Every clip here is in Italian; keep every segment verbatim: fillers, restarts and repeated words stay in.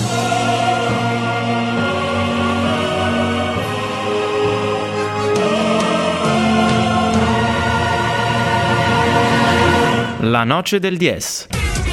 La noce del diez.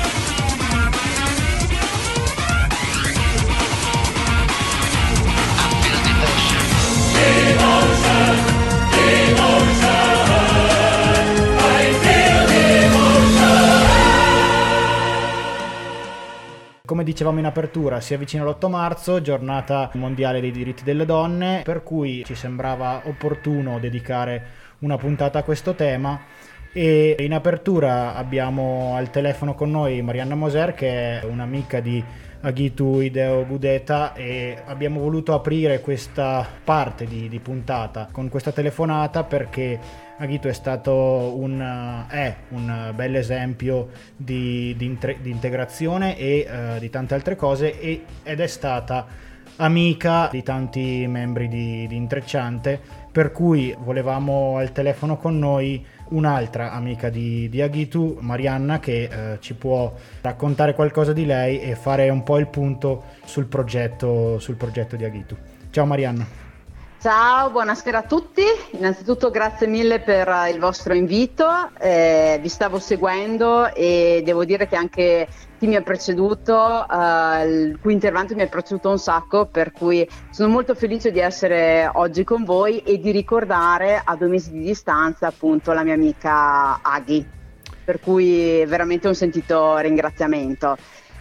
Come dicevamo in apertura, si avvicina l'otto marzo, giornata mondiale dei diritti delle donne, per cui ci sembrava opportuno dedicare una puntata a questo tema. E in apertura abbiamo al telefono con noi Marianna Moser, che è un'amica di Agitu Ideo Gudeta, e abbiamo voluto aprire questa parte di, di puntata con questa telefonata perché Agitu è stato un, è un bel esempio di, di, intre, di integrazione e uh, di tante altre cose, e, ed è stata amica di tanti membri di, di Intrecciante, per cui volevamo al telefono con noi un'altra amica di, di Agitu, Marianna, che eh, ci può raccontare qualcosa di lei e fare un po' il punto sul progetto, sul progetto di Agitu. Ciao Marianna. Ciao, buonasera a tutti. Innanzitutto grazie mille per il vostro invito, eh, vi stavo seguendo e devo dire che anche chi mi ha preceduto, eh, il cui intervento mi è piaciuto un sacco, per cui sono molto felice di essere oggi con voi e di ricordare a due mesi di distanza appunto la mia amica Aghi, per cui veramente un sentito ringraziamento.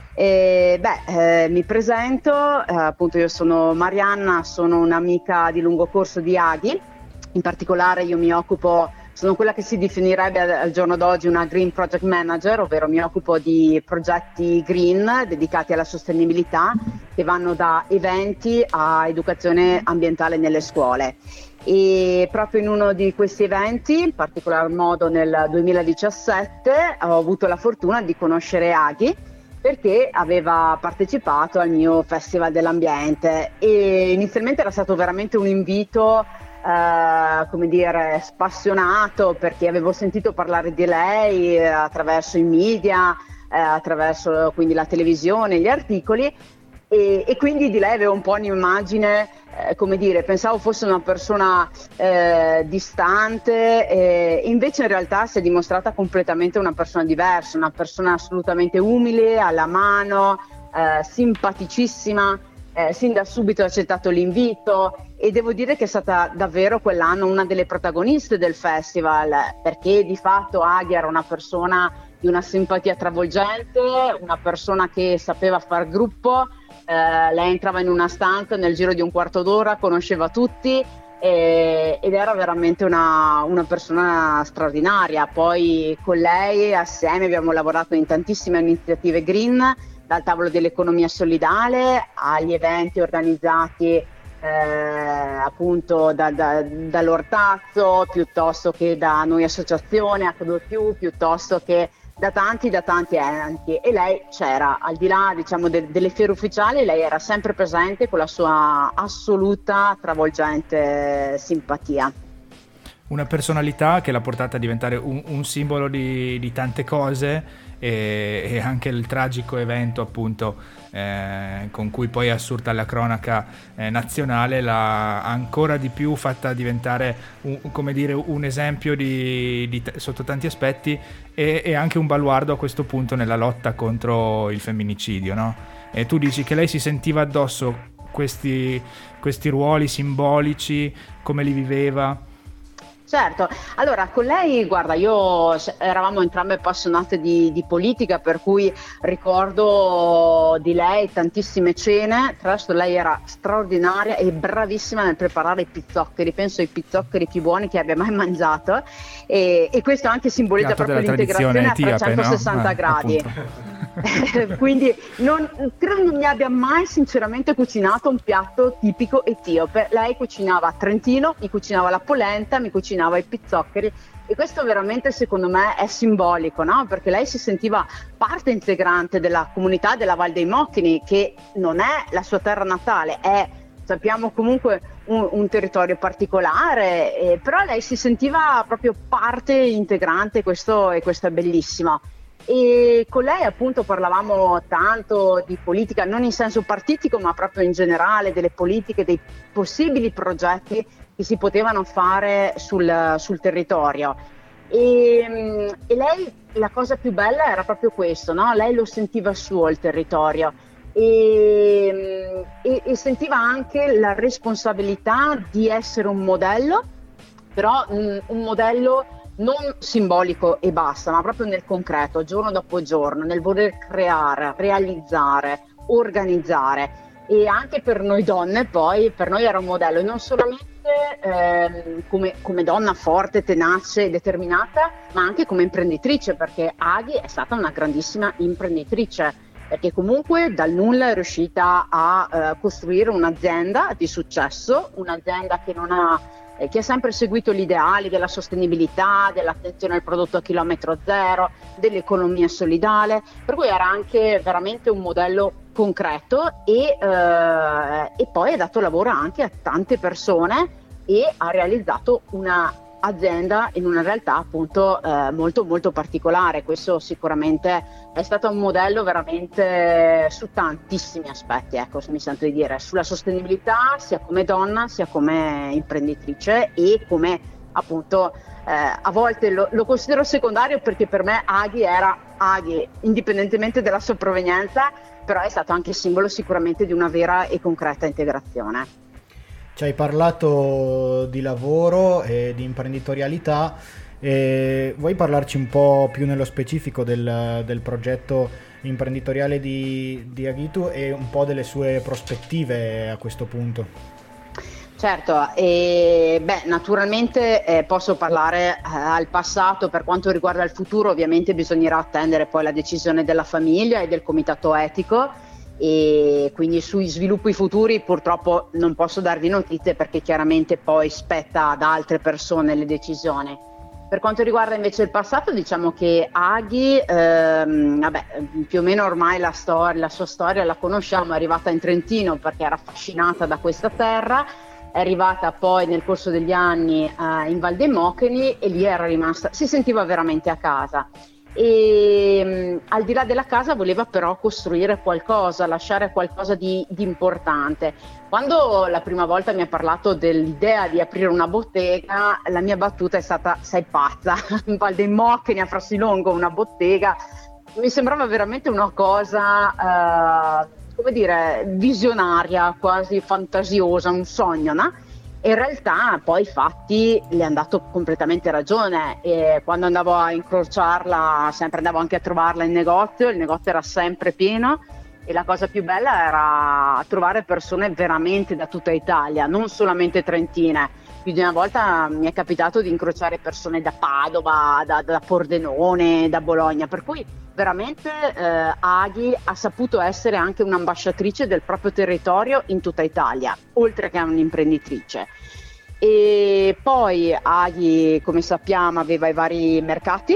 E, beh, eh, mi presento, eh, appunto io sono Marianna, sono un'amica di lungo corso di Aghi, in particolare io mi occupo, sono quella che si definirebbe al, al giorno d'oggi una Green Project Manager, ovvero mi occupo di progetti green dedicati alla sostenibilità che vanno da eventi a educazione ambientale nelle scuole. E proprio in uno di questi eventi, in particolar modo nel duemiladiciassette, ho avuto la fortuna di conoscere Aghi, perché aveva partecipato al mio Festival dell'Ambiente e inizialmente era stato veramente un invito eh, come dire spassionato, perché avevo sentito parlare di lei eh, attraverso i media, eh, attraverso quindi la televisione, gli articoli, e, e quindi di lei avevo un po' un'immagine, eh, come dire, pensavo fosse una persona eh, distante, e invece in realtà si è dimostrata completamente una persona diversa, una persona assolutamente umile, alla mano, eh, simpaticissima, eh, sin da subito ha accettato l'invito, e devo dire che è stata davvero quell'anno una delle protagoniste del festival, perché di fatto Aghi era una persona di una simpatia travolgente, una persona che sapeva far gruppo. Uh, lei entrava in una stanza nel giro di un quarto d'ora, conosceva tutti e, ed era veramente una, una persona straordinaria. Poi con lei assieme abbiamo lavorato in tantissime iniziative green, dal tavolo dell'economia solidale agli eventi organizzati eh, appunto da, da, dall'Ortazzo, piuttosto che da Noi Associazione acca due più, piuttosto che da tanti da tanti enti, e lei c'era, al di là diciamo de- delle fiere ufficiali, lei era sempre presente con la sua assoluta travolgente simpatia. Una personalità che l'ha portata a diventare un, un simbolo di, di tante cose, e, e anche il tragico evento appunto eh, con cui poi è assurta la cronaca eh, nazionale l'ha ancora di più fatta diventare un, come dire, un esempio di, di, sotto tanti aspetti, e, e anche un baluardo a questo punto nella lotta contro il femminicidio, no? E tu dici che lei si sentiva addosso questi, questi ruoli simbolici, come li viveva? Certo, allora con lei, guarda, io eravamo entrambe appassionate di, di politica, per cui ricordo di lei tantissime cene. Tra l'altro lei era straordinaria e bravissima nel preparare i pizzoccheri, penso ai pizzoccheri più buoni che abbia mai mangiato, e, e questo anche simbolizza proprio l'integrazione a trecentosessanta no? gradi. Eh, Quindi non, credo non mi abbia mai sinceramente cucinato un piatto tipico etiope. Lei cucinava a Trentino, mi cucinava la polenta, mi cucinava i pizzoccheri, e questo veramente secondo me è simbolico, no? Perché lei si sentiva parte integrante della comunità della Val dei Mochini, che non è la sua terra natale, è, sappiamo, comunque un, un territorio particolare, eh, però lei si sentiva proprio parte integrante, questo, e questo è bellissimo. E con lei appunto parlavamo tanto di politica, non in senso partitico, ma proprio in generale delle politiche, dei possibili progetti che si potevano fare sul, sul territorio. E, e lei, la cosa più bella era proprio questo, no? Lei lo sentiva suo il territorio e, e, e sentiva anche la responsabilità di essere un modello, però mh, un modello non simbolico e basta, ma proprio nel concreto, giorno dopo giorno, nel voler creare, realizzare, organizzare. E anche per noi donne poi, per noi era un modello, e non solamente ehm, come, come donna forte, tenace e determinata, ma anche come imprenditrice, perché Aghi è stata una grandissima imprenditrice, perché comunque dal nulla è riuscita a eh, costruire un'azienda di successo, un'azienda che non ha eh, che ha sempre seguito gli ideali della sostenibilità, dell'attenzione al prodotto a chilometro zero, dell'economia solidale, per cui era anche veramente un modello concreto e, eh, e poi ha dato lavoro anche a tante persone e ha realizzato una azienda in una realtà appunto eh, molto molto particolare. Questo sicuramente è stato un modello veramente su tantissimi aspetti, ecco, se mi sento di dire, sulla sostenibilità sia come donna sia come imprenditrice e come appunto eh, a volte lo, lo considero secondario, perché per me Aghi era Aghi indipendentemente dalla sua provenienza, però è stato anche simbolo sicuramente di una vera e concreta integrazione. Ci hai parlato di lavoro e di imprenditorialità, e vuoi parlarci un po' più nello specifico del, del progetto imprenditoriale di, di Aghitu e un po' delle sue prospettive a questo punto? Certo, e beh, naturalmente eh, posso parlare eh, al passato. Per quanto riguarda il futuro, ovviamente bisognerà attendere poi la decisione della famiglia e del comitato etico, e quindi sui sviluppi futuri purtroppo non posso darvi notizie, perché chiaramente poi spetta ad altre persone le decisioni. Per quanto riguarda invece il passato, diciamo che Aghi, ehm, vabbè, più o meno ormai la, storia, la sua storia la conosciamo. È arrivata in Trentino perché era affascinata da questa terra, è arrivata poi nel corso degli anni eh, in Val dei Mocheni e lì era rimasta, si sentiva veramente a casa. E mh, al di là della casa voleva però costruire qualcosa, lasciare qualcosa di, di importante. Quando la prima volta mi ha parlato dell'idea di aprire una bottega, la mia battuta è stata: sei pazza, in Val dei Mocheni a Frassilongo una bottega? Mi sembrava veramente una cosa eh, come dire, visionaria, quasi fantasiosa, un sogno, no? In realtà poi i fatti le hanno dato completamente ragione, e quando andavo a incrociarla, sempre andavo anche a trovarla in negozio, il negozio era sempre pieno, e la cosa più bella era trovare persone veramente da tutta Italia, non solamente trentine. Più di una volta mi è capitato di incrociare persone da Padova, da, da Pordenone, da Bologna, per cui veramente eh, Aghi ha saputo essere anche un'ambasciatrice del proprio territorio in tutta Italia, oltre che un'imprenditrice. E poi Aghi, come sappiamo, aveva i vari mercati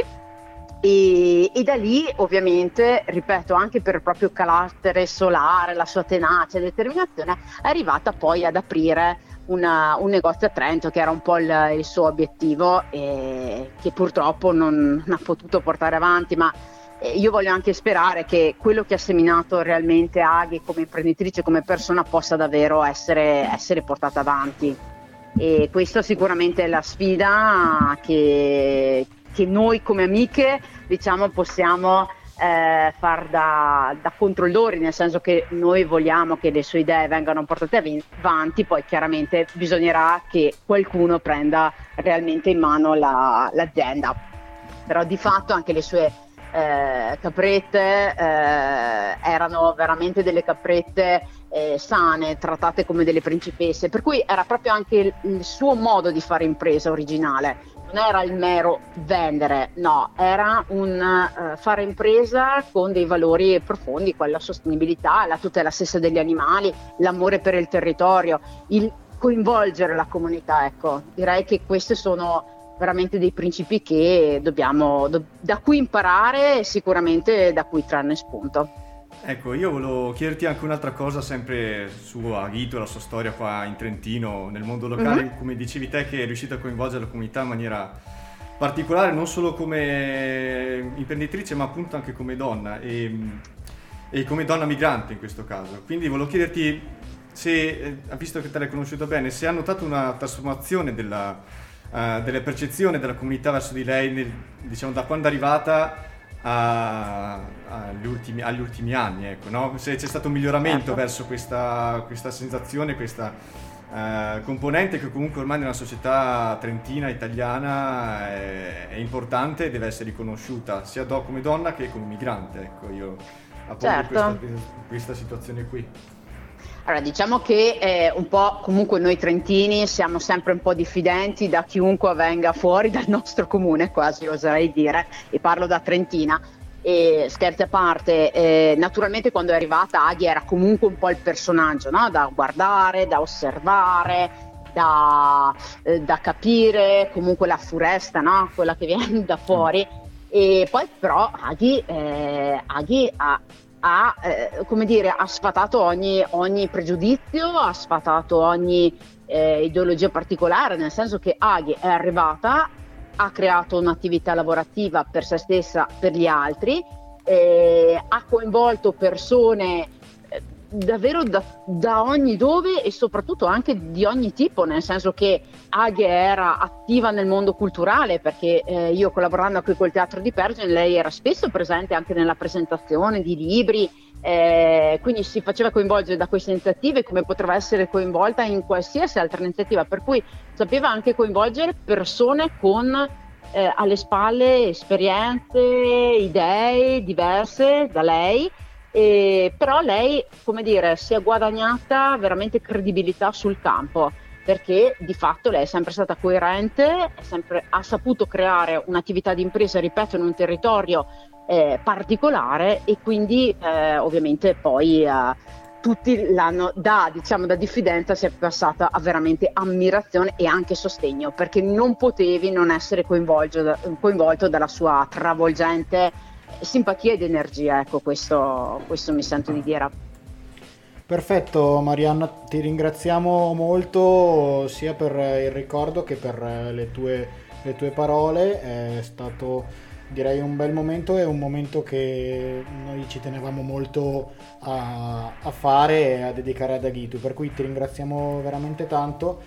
e, e da lì ovviamente, ripeto, anche per il proprio carattere solare, la sua tenacia e determinazione, è arrivata poi ad aprire una, un negozio a Trento, che era un po' il, il suo obiettivo, e che purtroppo non, non ha potuto portare avanti, ma io voglio anche sperare che quello che ha seminato realmente Aghi come imprenditrice, come persona, possa davvero essere, essere portata avanti. E questa sicuramente è la sfida che, che noi come amiche, diciamo, possiamo eh, far da, da controllori, nel senso che noi vogliamo che le sue idee vengano portate avanti, poi chiaramente bisognerà che qualcuno prenda realmente in mano la, l'azienda. Però di fatto anche le sue Eh, caprette eh, erano veramente delle caprette eh, sane, trattate come delle principesse, per cui era proprio anche il, il suo modo di fare impresa originale. Non era il mero vendere, no, era un uh, fare impresa con dei valori profondi, quella sostenibilità, la tutela stessa degli animali, l'amore per il territorio, il coinvolgere la comunità. Ecco, direi che queste sono veramente dei principi che dobbiamo, do, da cui imparare e sicuramente da cui trarne spunto. Ecco, io volevo chiederti anche un'altra cosa, sempre su Aghitu, la sua storia qua in Trentino, nel mondo locale. Mm-hmm. Come dicevi te, che è riuscita a coinvolgere la comunità in maniera particolare non solo come imprenditrice, ma appunto anche come donna e, e come donna migrante in questo caso. Quindi volevo chiederti se, visto che te l'hai conosciuta bene, se ha notato una trasformazione della, uh, delle percezioni della comunità verso di lei, nel, diciamo, da quando è arrivata a, a, agli, ultimi, agli ultimi anni, ecco, no? Se c'è stato un miglioramento Certo. verso questa, questa sensazione, questa Uh, componente che comunque ormai nella società trentina italiana è, è importante e deve essere riconosciuta sia do, come donna che come migrante, ecco, io appoggio Certo. questa, questa situazione qui. Allora, diciamo che eh, un po' comunque noi trentini siamo sempre un po' diffidenti da chiunque venga fuori dal nostro comune, quasi oserei dire, e parlo da trentina. E scherzi a parte, eh, naturalmente quando è arrivata Aghi era comunque un po' il personaggio, no? Da guardare, da osservare, da, eh, da capire, comunque la foresta, no? Quella che viene da fuori. E poi però Aghi, eh, Aghi ha, ha, eh, come dire, ha sfatato ogni, ogni pregiudizio, ha sfatato ogni eh, ideologia particolare, nel senso che Aghi è arrivata, ha creato un'attività lavorativa per se stessa, per gli altri, eh, ha coinvolto persone eh, davvero da, da ogni dove e soprattutto anche di ogni tipo, nel senso che Aghi era attiva nel mondo culturale, perché eh, io collaborando qui col Teatro di Pergine, lei era spesso presente anche nella presentazione di libri, eh, quindi si faceva coinvolgere da queste iniziative come poteva essere coinvolta in qualsiasi altra iniziativa, per cui sapeva anche coinvolgere persone con eh, alle spalle esperienze, idee diverse da lei, e però lei, come dire, si è guadagnata veramente credibilità sul campo, perché di fatto lei è sempre stata coerente, è sempre, ha saputo creare un'attività di impresa, ripeto, in un territorio eh, particolare, e quindi eh, ovviamente poi eh, tutti l'hanno, da, diciamo, da diffidenza si è passata a veramente ammirazione e anche sostegno, perché non potevi non essere coinvolto, coinvolto dalla sua travolgente simpatia ed energia, ecco, questo, questo mi sento di dire. Perfetto Marianna, ti ringraziamo molto sia per il ricordo che per le tue, le tue parole, è stato direi un bel momento e un momento che noi ci tenevamo molto a, a fare e a dedicare ad Aghitu, per cui ti ringraziamo veramente tanto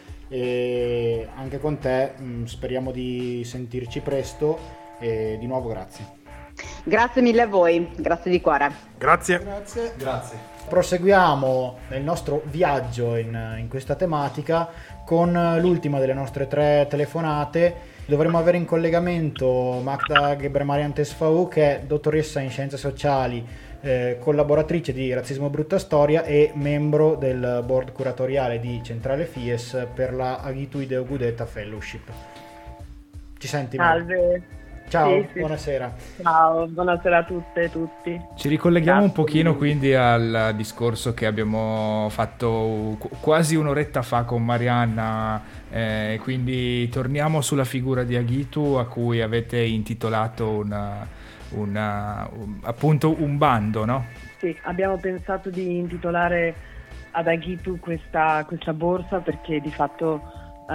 e anche con te mh, speriamo di sentirci presto e di nuovo grazie. Grazie mille a voi, grazie di cuore. Grazie. Grazie. Grazie. Proseguiamo nel nostro viaggio in, in questa tematica con l'ultima delle nostre tre telefonate. Dovremmo avere in collegamento Magda Gebremarian Tesfaou, che è dottoressa in scienze sociali, eh, collaboratrice di Razzismo Brutta Storia e membro del board curatoriale di Centrale Fies per la Aghitu Ideo Gudeta Fellowship. Ci senti? Salve. Ciao, Sì, sì. buonasera. Ciao, buonasera a tutte e tutti. Ci ricolleghiamo un Grazie. pochino quindi al discorso che abbiamo fatto qu- quasi un'oretta fa con Marianna, eh, quindi torniamo sulla figura di Aghitu, a cui avete intitolato una, una, un, appunto un bando, no? Sì, abbiamo pensato di intitolare ad Aghitu questa, questa borsa perché di fatto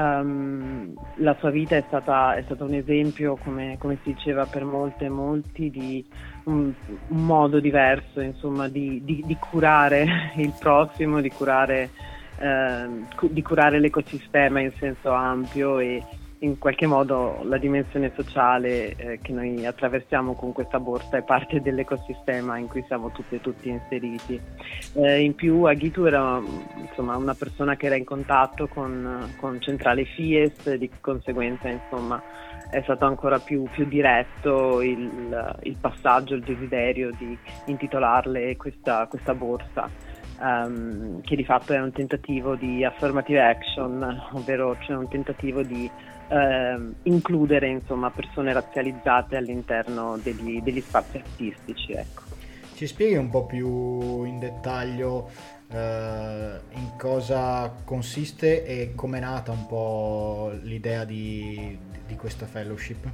um, la sua vita è stata, è stata un esempio, come, come si diceva, per molte e molti, di un, un modo diverso, insomma, di, di, di curare il prossimo, di curare, eh, di curare l'ecosistema in senso ampio e in qualche modo la dimensione sociale eh, che noi attraversiamo con questa borsa è parte dell'ecosistema in cui siamo tutti e tutti inseriti. Eh, in più Aghitu era insomma una persona che era in contatto con, con Centrale Fies, di conseguenza insomma è stato ancora più, più diretto il, il passaggio, il desiderio di intitolarle questa, questa borsa. Um, che di fatto è un tentativo di affirmative action, ovvero cioè un tentativo di uh, includere insomma persone razzializzate all'interno degli, degli spazi artistici, ecco. Ci spieghi un po' più in dettaglio uh, in cosa consiste e com'è nata un po' l'idea di, di questa fellowship?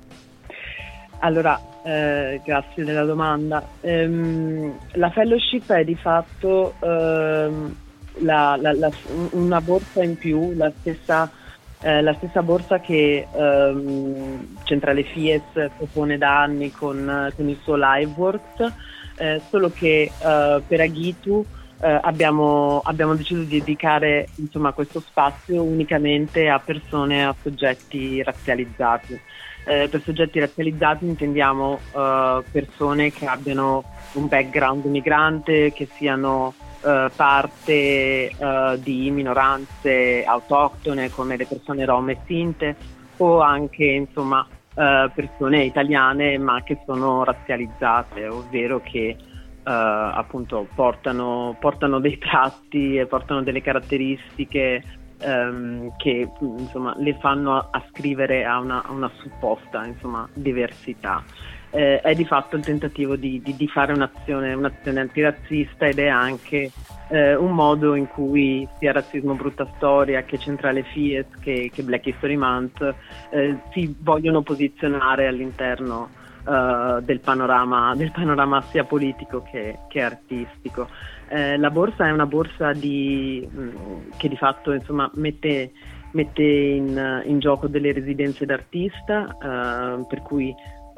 Allora, eh, grazie della domanda. Ehm, la fellowship è di fatto ehm, la, la, la, una borsa in più, la stessa eh, la stessa borsa che ehm, Centrale Fies propone da anni con, con il suo Liveworks, eh, solo che eh, per Aghitu eh, abbiamo, abbiamo deciso di dedicare insomma, questo spazio unicamente a persone, a soggetti razzializzati. Eh, per soggetti razzializzati intendiamo eh, persone che abbiano un background migrante, che siano eh, parte eh, di minoranze autoctone come le persone rom e sinte, o anche insomma eh, persone italiane ma che sono razzializzate, ovvero che Uh, appunto portano, portano dei tratti e portano delle caratteristiche um, che insomma le fanno ascrivere a una, a una supposta insomma diversità. Eh, è di fatto il tentativo di, di, di fare un'azione, un'azione antirazzista, ed è anche eh, un modo in cui sia Razzismo Brutta Storia che Centrale Fies che, che Black History Month eh, si vogliono posizionare all'interno Uh, del panorama del panorama sia politico che, che artistico. Eh, la borsa è una borsa di, mh, che di fatto insomma mette, mette in, in gioco delle residenze d'artista, uh, per cui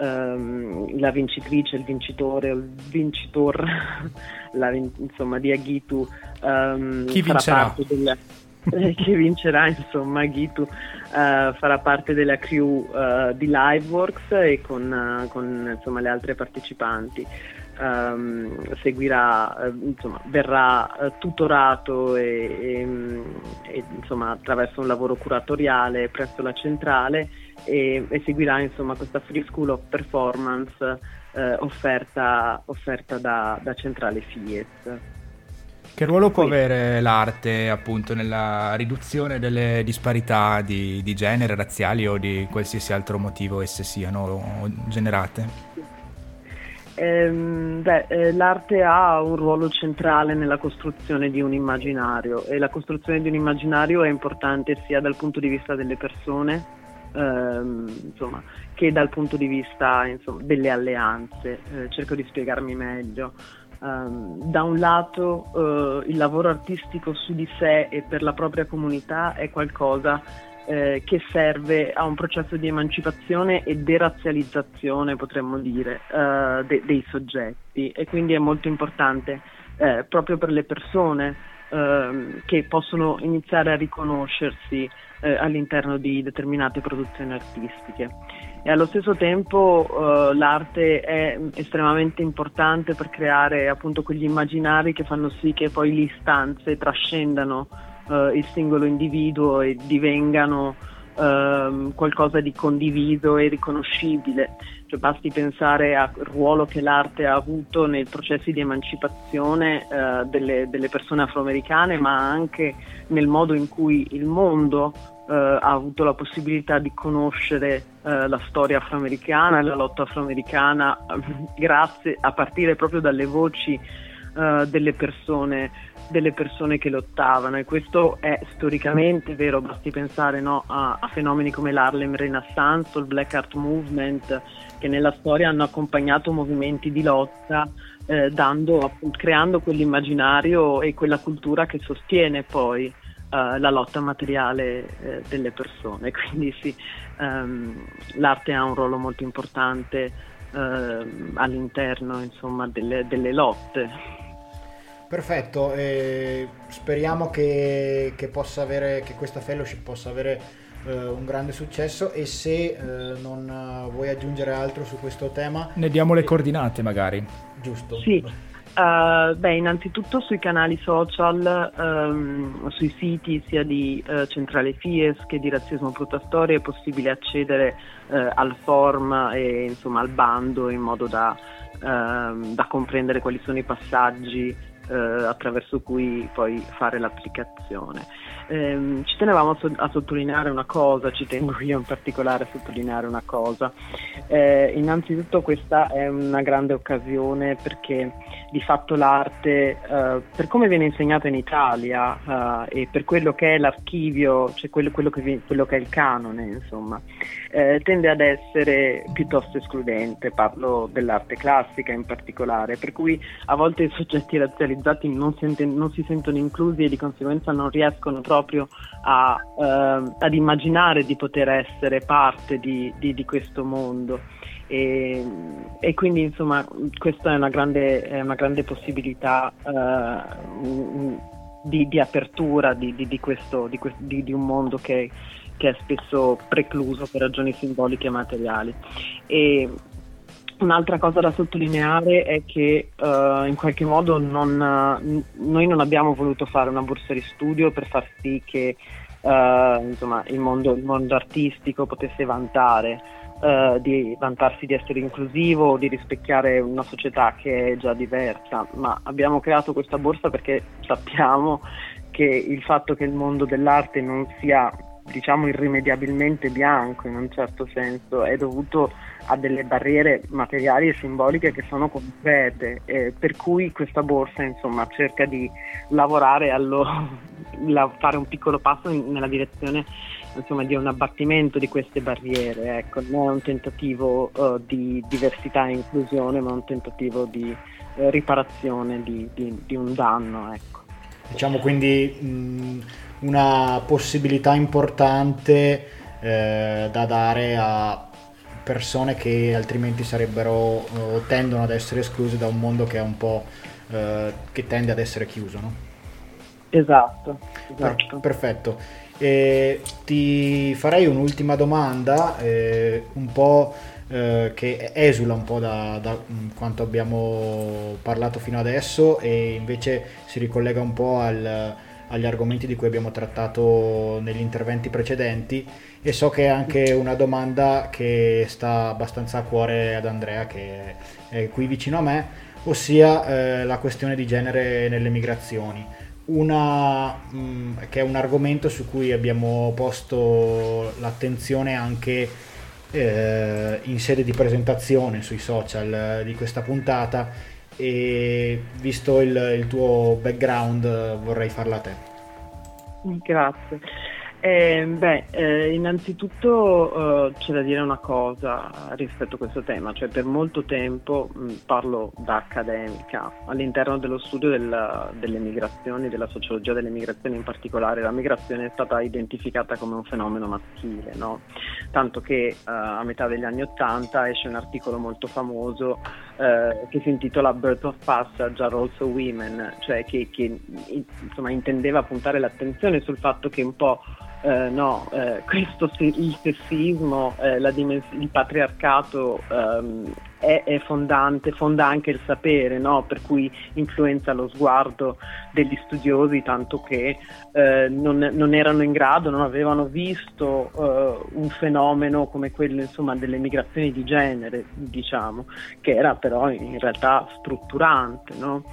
um, la vincitrice, il vincitore o il vincitor la, insomma di Aghitu um, chi farà vincerà? parte del che vincerà insomma Aghitu uh, farà parte della crew uh, di Liveworks e con, uh, con insomma le altre partecipanti. Um, seguirà uh, insomma verrà uh, tutorato e, e, e insomma attraverso un lavoro curatoriale presso la centrale, e, e seguirà insomma questa Free School of Performance uh, offerta, offerta da, da Centrale Fies. Che ruolo può avere l'arte appunto nella riduzione delle disparità di, di genere, razziali o di qualsiasi altro motivo esse siano generate? Ehm, beh, eh, l'arte ha un ruolo centrale nella costruzione di un immaginario, e la costruzione di un immaginario è importante sia dal punto di vista delle persone ehm, insomma, che dal punto di vista insomma, delle alleanze. Eh, cerco di spiegarmi meglio. Um, da un lato uh, il lavoro artistico su di sé e per la propria comunità è qualcosa eh, che serve a un processo di emancipazione e derazzializzazione, potremmo dire, uh, de- dei soggetti, e quindi è molto importante eh, proprio per le persone uh, che possono iniziare a riconoscersi eh, all'interno di determinate produzioni artistiche. E allo stesso tempo uh, l'arte è estremamente importante per creare appunto quegli immaginari che fanno sì che poi le istanze trascendano uh, il singolo individuo e divengano uh, qualcosa di condiviso e riconoscibile. Cioè, basti pensare al ruolo che l'arte ha avuto nei processi di emancipazione uh, delle, delle persone afroamericane, ma anche nel modo in cui il mondo Uh, ha avuto la possibilità di conoscere uh, la storia afroamericana e la lotta afroamericana uh, grazie a partire proprio dalle voci uh, delle persone delle persone che lottavano, e questo è storicamente vero. Basti pensare no, a, a fenomeni come l'Harlem Renaissance o il Black Art Movement, che nella storia hanno accompagnato movimenti di lotta eh, dando, creando quell'immaginario e quella cultura che sostiene poi Uh, la lotta materiale uh, delle persone. Quindi sì, um, l'arte ha un ruolo molto importante uh, all'interno insomma delle, delle lotte. Perfetto, e speriamo che, che possa avere che questa fellowship possa avere uh, un grande successo, e se uh, non uh, vuoi aggiungere altro su questo tema ne diamo le coordinate magari. Giusto. Sì. Uh, beh, innanzitutto sui canali social, um, sui siti sia di uh, Centrale Fies che di Razzismo Brutta Storia è possibile accedere uh, al form e insomma al bando, in modo da, uh, da comprendere quali sono i passaggi uh, attraverso cui poi fare l'applicazione. Um, ci tenevamo a, so- a sottolineare una cosa, ci tengo io in particolare a sottolineare una cosa. Eh, innanzitutto questa è una grande occasione perché di fatto l'arte, uh, per come viene insegnata in Italia uh, e per quello che è l'archivio, cioè quello, quello, che, vi, quello che è il canone, insomma, eh, tende ad essere piuttosto escludente. Parlo dell'arte classica in particolare, per cui a volte i soggetti razzializzati marginalizzati non si, enten- non si sentono inclusi e di conseguenza non riescono proprio a, eh, ad immaginare di poter essere parte di, di, di questo mondo. E, e quindi insomma questa è una grande, è una grande possibilità uh, di, di apertura di, di, di, questo, di, questo, di, di un mondo che, che è spesso precluso per ragioni simboliche e materiali. E un'altra cosa da sottolineare è che uh, in qualche modo non, uh, noi non abbiamo voluto fare una borsa di studio per far sì che uh, insomma, il mondo, il mondo artistico potesse vantare Uh, di vantarsi di essere inclusivo o di rispecchiare una società che è già diversa, ma abbiamo creato questa borsa perché sappiamo che il fatto che il mondo dell'arte non sia, diciamo, irrimediabilmente bianco in un certo senso è dovuto a delle barriere materiali e simboliche che sono concrete, eh, per cui questa borsa insomma cerca di lavorare allo la, fare un piccolo passo in, nella direzione insomma di un abbattimento di queste barriere, ecco, non è un tentativo uh, di diversità e inclusione, ma un tentativo di uh, riparazione di, di, di un danno, ecco. Diciamo quindi mh, una possibilità importante eh, da dare a persone che altrimenti sarebbero o tendono ad essere escluse da un mondo che è un po' eh, che tende ad essere chiuso, no? Esatto, esatto. Per, perfetto. E ti farei un'ultima domanda, eh, un po' eh, che esula un po' da, da quanto abbiamo parlato fino adesso e invece si ricollega un po' al, agli argomenti di cui abbiamo trattato negli interventi precedenti, e so che è anche una domanda che sta abbastanza a cuore ad Andrea, che è qui vicino a me, ossia eh, la questione di genere nelle migrazioni. Una, mh, che è un argomento su cui abbiamo posto l'attenzione anche eh, in sede di presentazione sui social eh, di questa puntata, e visto il, il tuo background vorrei farla a te. Grazie. Eh, beh, eh, innanzitutto eh, c'è da dire una cosa rispetto a questo tema, cioè per molto tempo, mh, parlo da accademica, all'interno dello studio del, delle migrazioni, della sociologia delle migrazioni in particolare, la migrazione è stata identificata come un fenomeno maschile, no? Tanto che eh, a metà degli anni Ottanta esce un articolo molto famoso eh, che si intitola Birth of Passage are also women, cioè che, che insomma intendeva puntare l'attenzione sul fatto che un po' Eh, no, eh, questo il sessismo, eh, la dimens- il patriarcato ehm, è, è fondante, fonda anche il sapere, no? Per cui influenza lo sguardo degli studiosi, tanto che eh, non, non erano in grado, non avevano visto eh, un fenomeno come quello insomma delle migrazioni di genere, diciamo, che era però in realtà strutturante, no?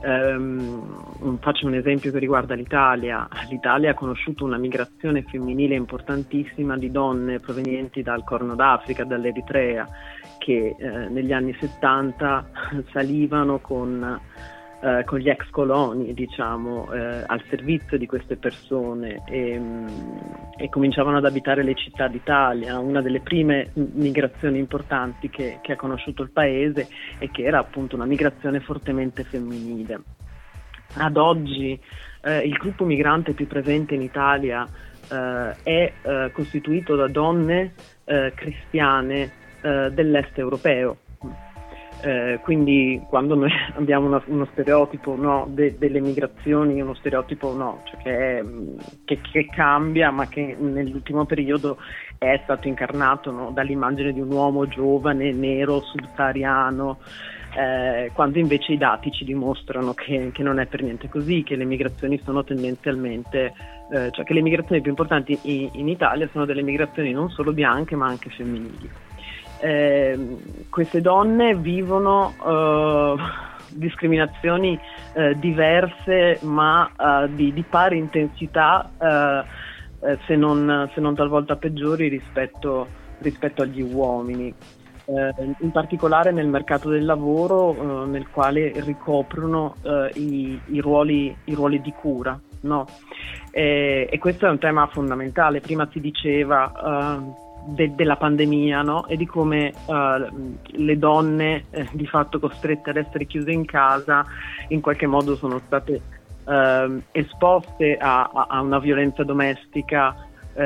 Um, faccio un esempio che riguarda l'Italia. L'Italia ha conosciuto una migrazione femminile importantissima di donne provenienti dal Corno d'Africa, dall'Eritrea, che eh, negli anni settanta salivano con, eh, con gli ex coloni, diciamo, eh, al servizio di queste persone e, e cominciavano ad abitare le città d'Italia, una delle prime migrazioni importanti che, che ha conosciuto il paese, e che era appunto una migrazione fortemente femminile. Ad oggi eh, il gruppo migrante più presente in Italia eh, è eh, costituito da donne eh, cristiane eh, dell'est europeo. Eh, quindi quando noi abbiamo una, uno stereotipo, no, de, delle migrazioni, uno stereotipo no, cioè che, è, che, che cambia, ma che nell'ultimo periodo è stato incarnato, no, dall'immagine di un uomo giovane, nero, subsahariano, eh, quando invece i dati ci dimostrano che, che non è per niente così, che le migrazioni sono tendenzialmente, eh, cioè che le migrazioni più importanti in, in Italia sono delle migrazioni non solo bianche ma anche femminili. Eh, queste donne vivono eh, discriminazioni eh, diverse ma eh, di, di pari intensità, eh, eh, se, non, se non talvolta peggiori rispetto, rispetto agli uomini, eh, in particolare nel mercato del lavoro, eh, nel quale ricoprono eh, i, i, ruoli, i ruoli di cura, no? Eh, e questo è un tema fondamentale. Prima si diceva uh, de- della pandemia, no? E di come uh, le donne eh, di fatto costrette ad essere chiuse in casa in qualche modo sono state uh, esposte a, a, a una violenza domestica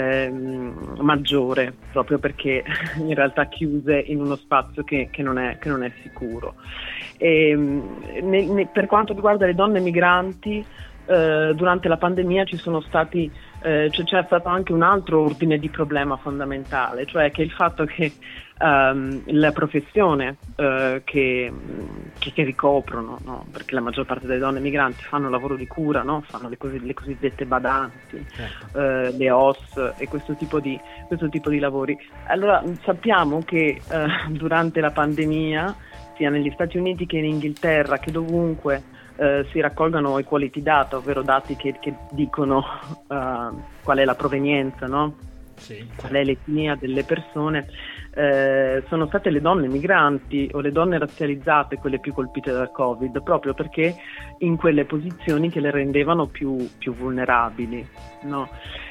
ehm, maggiore, proprio perché in realtà chiuse in uno spazio che, che, non, è, che non è sicuro. E, ne, ne, per quanto riguarda le donne migranti, eh, durante la pandemia ci sono stati Eh, cioè, c'è stato anche un altro ordine di problema fondamentale, cioè che il fatto che um, la professione uh, che, che, che ricoprono, no? Perché la maggior parte delle donne migranti fanno lavoro di cura, no? Fanno le, così, le cosiddette badanti, certo. uh, le O S e questo tipo di, questo tipo di lavori. Allora sappiamo che uh, durante la pandemia, sia negli Stati Uniti che in Inghilterra, che dovunque Uh, si raccolgano i quality data, ovvero dati che, che dicono uh, qual è la provenienza, no? Sì, qual è l'etnia delle persone. Uh, sono state le donne migranti o le donne razzializzate quelle più colpite dal Covid, proprio perché in quelle posizioni che le rendevano più, più vulnerabili, no?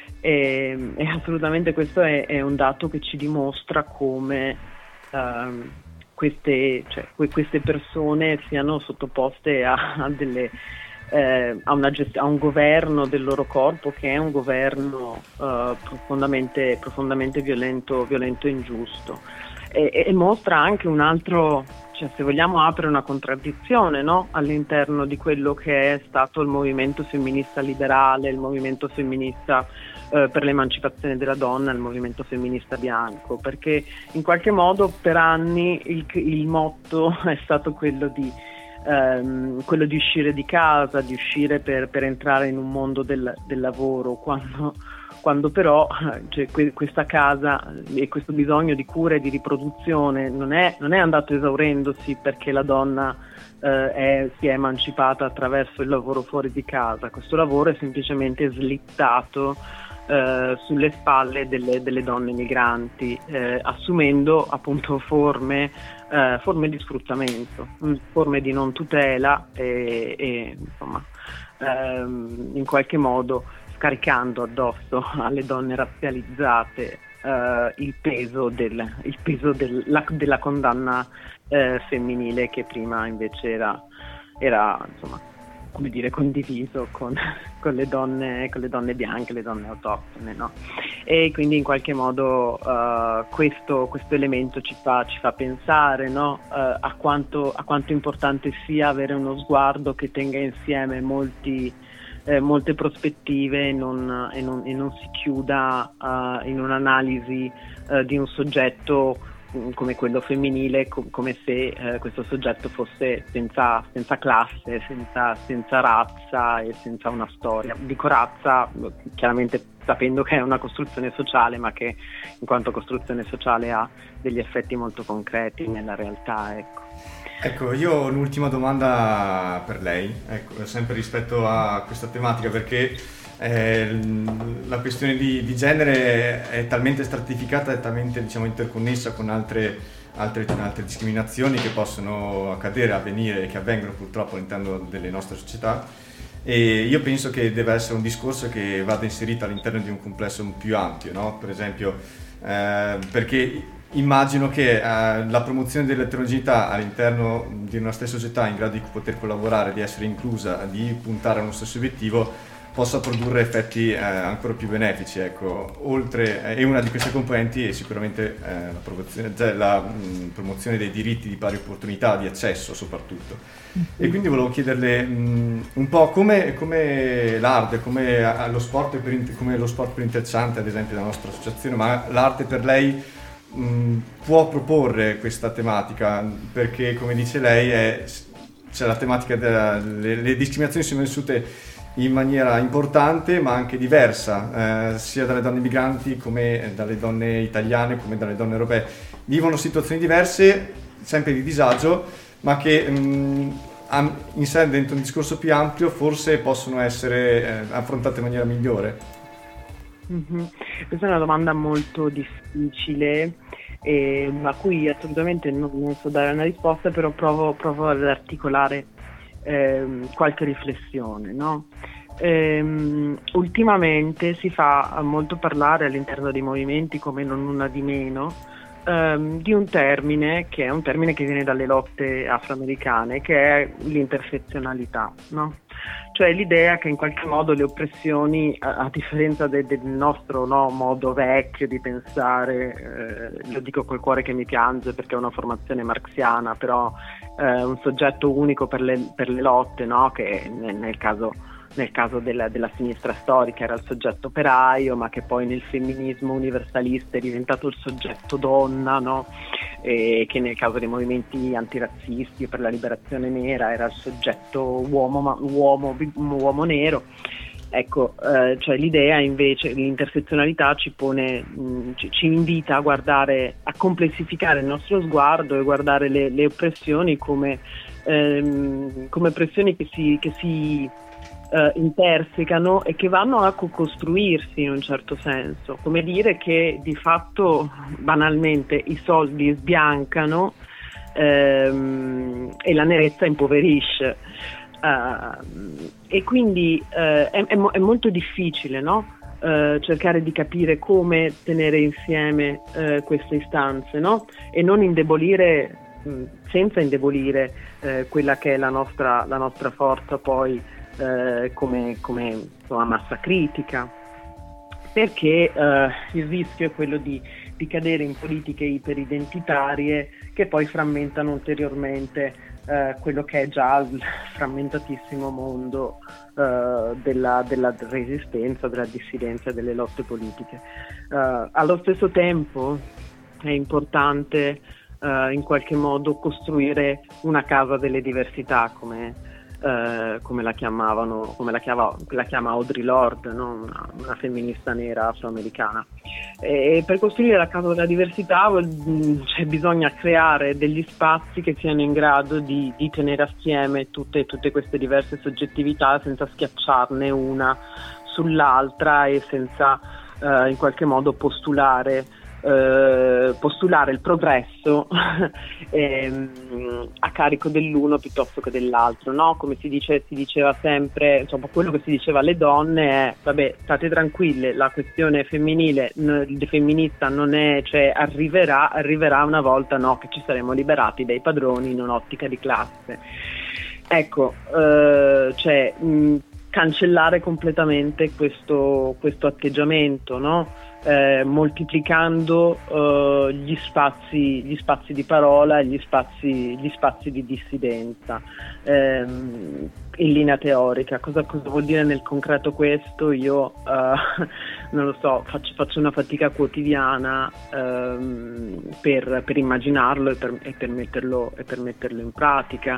E, e assolutamente questo è, è un dato che ci dimostra come uh, Queste, cioè, queste persone siano sottoposte a, a, delle, eh, a, una gest- a un governo del loro corpo che è un governo uh, profondamente, profondamente violento, violento e ingiusto, e, e mostra anche un altro, cioè, se vogliamo apre una contraddizione, no? All'interno di quello che è stato il movimento femminista liberale, il movimento femminista eh, per l'emancipazione della donna, il movimento femminista bianco, perché in qualche modo per anni il, il motto è stato quello di ehm, quello di uscire di casa, di uscire per, per entrare in un mondo del, del lavoro, quando quando però cioè, que- questa casa e questo bisogno di cura e di riproduzione non è, non è andato esaurendosi perché la donna eh, è, si è emancipata attraverso il lavoro fuori di casa. Questo lavoro è semplicemente slittato eh, sulle spalle delle, delle donne migranti, eh, assumendo appunto forme, eh, forme di sfruttamento, forme di non tutela e, e insomma ehm, in qualche modo scaricando addosso alle donne razzializzate uh, il peso, del, il peso del, la, della condanna uh, femminile che prima invece era, era insomma, come dire, condiviso con, con, le donne, con le donne bianche, le donne autoctone, no? E quindi in qualche modo uh, questo, questo elemento ci fa, ci fa pensare, no? uh, a, quanto, a quanto importante sia avere uno sguardo che tenga insieme molti Eh, molte prospettive e non, e non, e non si chiuda uh, in un'analisi uh, di un soggetto um, come quello femminile, com- come se uh, questo soggetto fosse senza, senza classe, senza, senza razza e senza una storia. Dico razza chiaramente sapendo che è una costruzione sociale, ma che in quanto costruzione sociale ha degli effetti molto concreti nella realtà, ecco. Ecco, io ho un'ultima domanda per lei, ecco, sempre rispetto a questa tematica, perché eh, la questione di, di genere è talmente stratificata, è talmente, diciamo, interconnessa con altre, altre, altre discriminazioni che possono accadere, avvenire e che avvengono purtroppo all'interno delle nostre società, e io penso che deve essere un discorso che vada inserito all'interno di un complesso più ampio, no? Per esempio, eh, perché immagino che eh, la promozione dell'eterogeneità all'interno di una stessa società in grado di poter collaborare, di essere inclusa, di puntare a uno stesso obiettivo, possa produrre effetti eh, ancora più benefici, ecco. Oltre, eh, e una di queste componenti è sicuramente eh, la, promozione, cioè la mh, promozione dei diritti di pari opportunità, di accesso soprattutto. Mm-hmm. E quindi volevo chiederle mh, un po' come, come l'arte, come lo sport per, come lo sport per interciante, ad esempio della nostra associazione, ma l'arte per lei può proporre questa tematica, perché come dice lei è, c'è la tematica delle le discriminazioni sono vissute in maniera importante ma anche diversa, eh, sia dalle donne migranti come dalle donne italiane come dalle donne europee. Vivono situazioni diverse, sempre di disagio, ma che mh, in sé, dentro un discorso più ampio, forse possono essere eh, affrontate in maniera migliore. Mm-hmm. Questa è una domanda molto difficile eh, a cui assolutamente non, non so dare una risposta, però provo, provo ad articolare eh, qualche riflessione, no? ehm, ultimamente si fa molto parlare all'interno dei movimenti, come non una di meno, ehm, di un termine che è un termine che viene dalle lotte afroamericane, che è l'intersezionalità, no? Cioè l'idea che in qualche modo le oppressioni, a, a differenza de, del nostro, no, modo vecchio di pensare, eh, lo dico col cuore che mi piange perché è una formazione marxiana, però eh, un soggetto unico per le, per le lotte, no? Che nel, nel caso nel caso della, della sinistra storica era il soggetto operaio, ma che poi nel femminismo universalista è diventato il soggetto donna, no? E che nel caso dei movimenti antirazzisti per la liberazione nera era il soggetto uomo, ma, uomo, uomo nero. Ecco, eh, cioè l'idea invece, l'intersezionalità ci pone, mh, ci, ci invita a guardare, a complessificare il nostro sguardo e guardare le, le oppressioni come, ehm, come oppressioni che si, che si Uh, intersecano e che vanno a co-costruirsi in un certo senso, come dire che di fatto banalmente i soldi sbiancano ehm, e la nerezza impoverisce, uh, e quindi uh, è, è, è molto difficile, no? Uh, cercare di capire come tenere insieme uh, queste istanze, no? E non indebolire, mh, senza indebolire uh, quella che è la nostra, la nostra forza poi Eh, come, come insomma, massa critica, perché eh, il rischio è quello di, di cadere in politiche iperidentitarie che poi frammentano ulteriormente eh, quello che è già il frammentatissimo mondo eh, della, della resistenza, della dissidenza e delle lotte politiche. Eh, allo stesso tempo è importante eh, in qualche modo costruire una casa delle diversità, come Uh, come la chiamavano, come la chiama, la chiama Audre Lorde, no? una, una femminista nera afroamericana. E per costruire la casa della diversità cioè, bisogna creare degli spazi che siano in grado di, di tenere assieme tutte, tutte queste diverse soggettività senza schiacciarne una sull'altra e senza uh, in qualche modo postulare Uh, postulare il progresso ehm, a carico dell'uno piuttosto che dell'altro, no? Come si dice, si diceva sempre, insomma, quello che si diceva alle donne è: vabbè, state tranquille, la questione femminile, n- femminista non è, cioè arriverà, arriverà una volta, no, che ci saremo liberati dai padroni in un'ottica di classe. Ecco, uh, cioè mh, cancellare completamente questo, questo atteggiamento, no? Eh, moltiplicando eh, gli spazi gli spazi di parola e gli spazi, gli spazi di dissidenza ehm, in linea teorica. Cosa, cosa vuol dire nel concreto questo? Io eh, non lo so, faccio, faccio una fatica quotidiana ehm, per, per immaginarlo e per, e per metterlo, e per metterlo in pratica.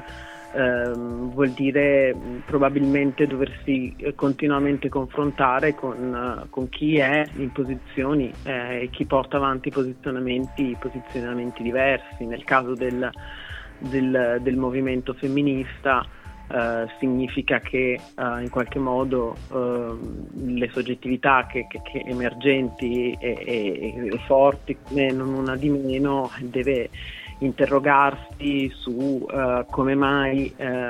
Um, vuol dire mh, probabilmente doversi eh, continuamente confrontare con, uh, con chi è in posizioni eh, e chi porta avanti posizionamenti, posizionamenti diversi. Nel caso del, del, del movimento femminista uh, significa che uh, in qualche modo uh, le soggettività che, che, che emergenti e, e, e forti, eh, non una di meno, deve interrogarsi su uh, come mai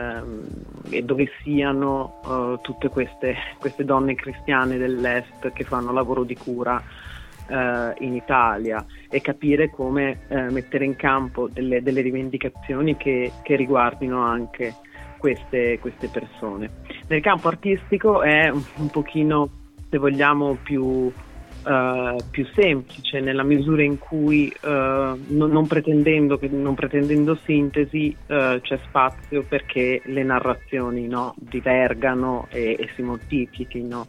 uh, e dove siano uh, tutte queste, queste donne cristiane dell'Est che fanno lavoro di cura uh, in Italia, e capire come uh, mettere in campo delle, delle rivendicazioni che, che riguardino anche queste, queste persone. Nel campo artistico è un, un pochino, se vogliamo, più Uh, più semplice, nella misura in cui uh, non, non, pretendendo, non pretendendo sintesi uh, c'è spazio perché le narrazioni, no, divergano e, e si moltiplichino,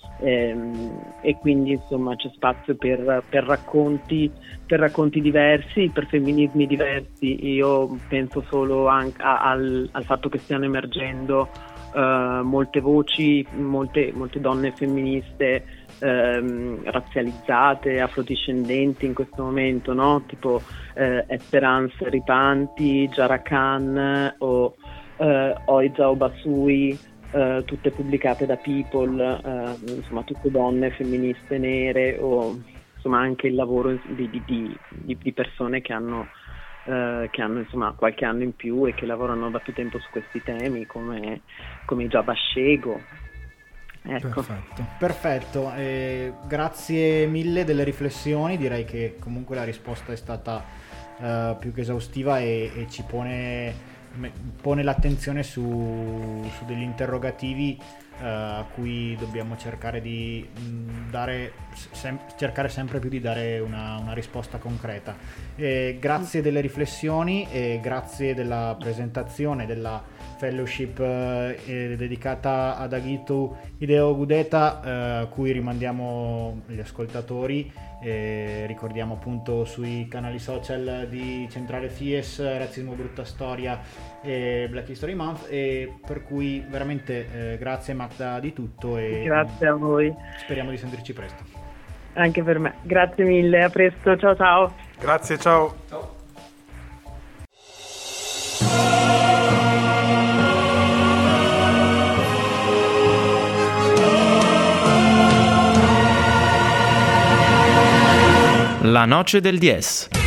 ehm, e quindi insomma c'è spazio per, per racconti per racconti diversi, per femminismi diversi. Io penso solo anche a, al, al fatto che stiano emergendo uh, molte voci, molte, molte donne femministe Ehm, razzializzate, afrodiscendenti in questo momento, no? Tipo eh, Esperance Ripanti, Jara Khan o eh, Oiza Obasui, eh, tutte pubblicate da People, eh, insomma tutte donne femministe nere, o insomma anche il lavoro di, di, di, di persone che hanno Uh, che hanno insomma qualche anno in più e che lavorano da più tempo su questi temi, come, come Giaba Scego. Ecco. Perfetto. Perfetto, eh, grazie mille delle riflessioni, direi che comunque la risposta è stata uh, più che esaustiva e, e ci pone, me, pone l'attenzione su, su degli interrogativi uh, a cui dobbiamo cercare di mh, dare, sem- cercare sempre più di dare una, una risposta concreta. Eh, grazie delle riflessioni e grazie della presentazione della fellowship eh, dedicata ad Agitu Hideo Gudeta, a eh, cui rimandiamo gli ascoltatori. Eh, ricordiamo appunto sui canali social di Centrale Fies, Razzismo Brutta Storia e Black History Month, e per cui veramente eh, grazie Magda di tutto e grazie a voi, speriamo di sentirci presto. Anche per me, grazie mille, a presto, ciao ciao. Grazie, ciao. Ciao. La noce del diez.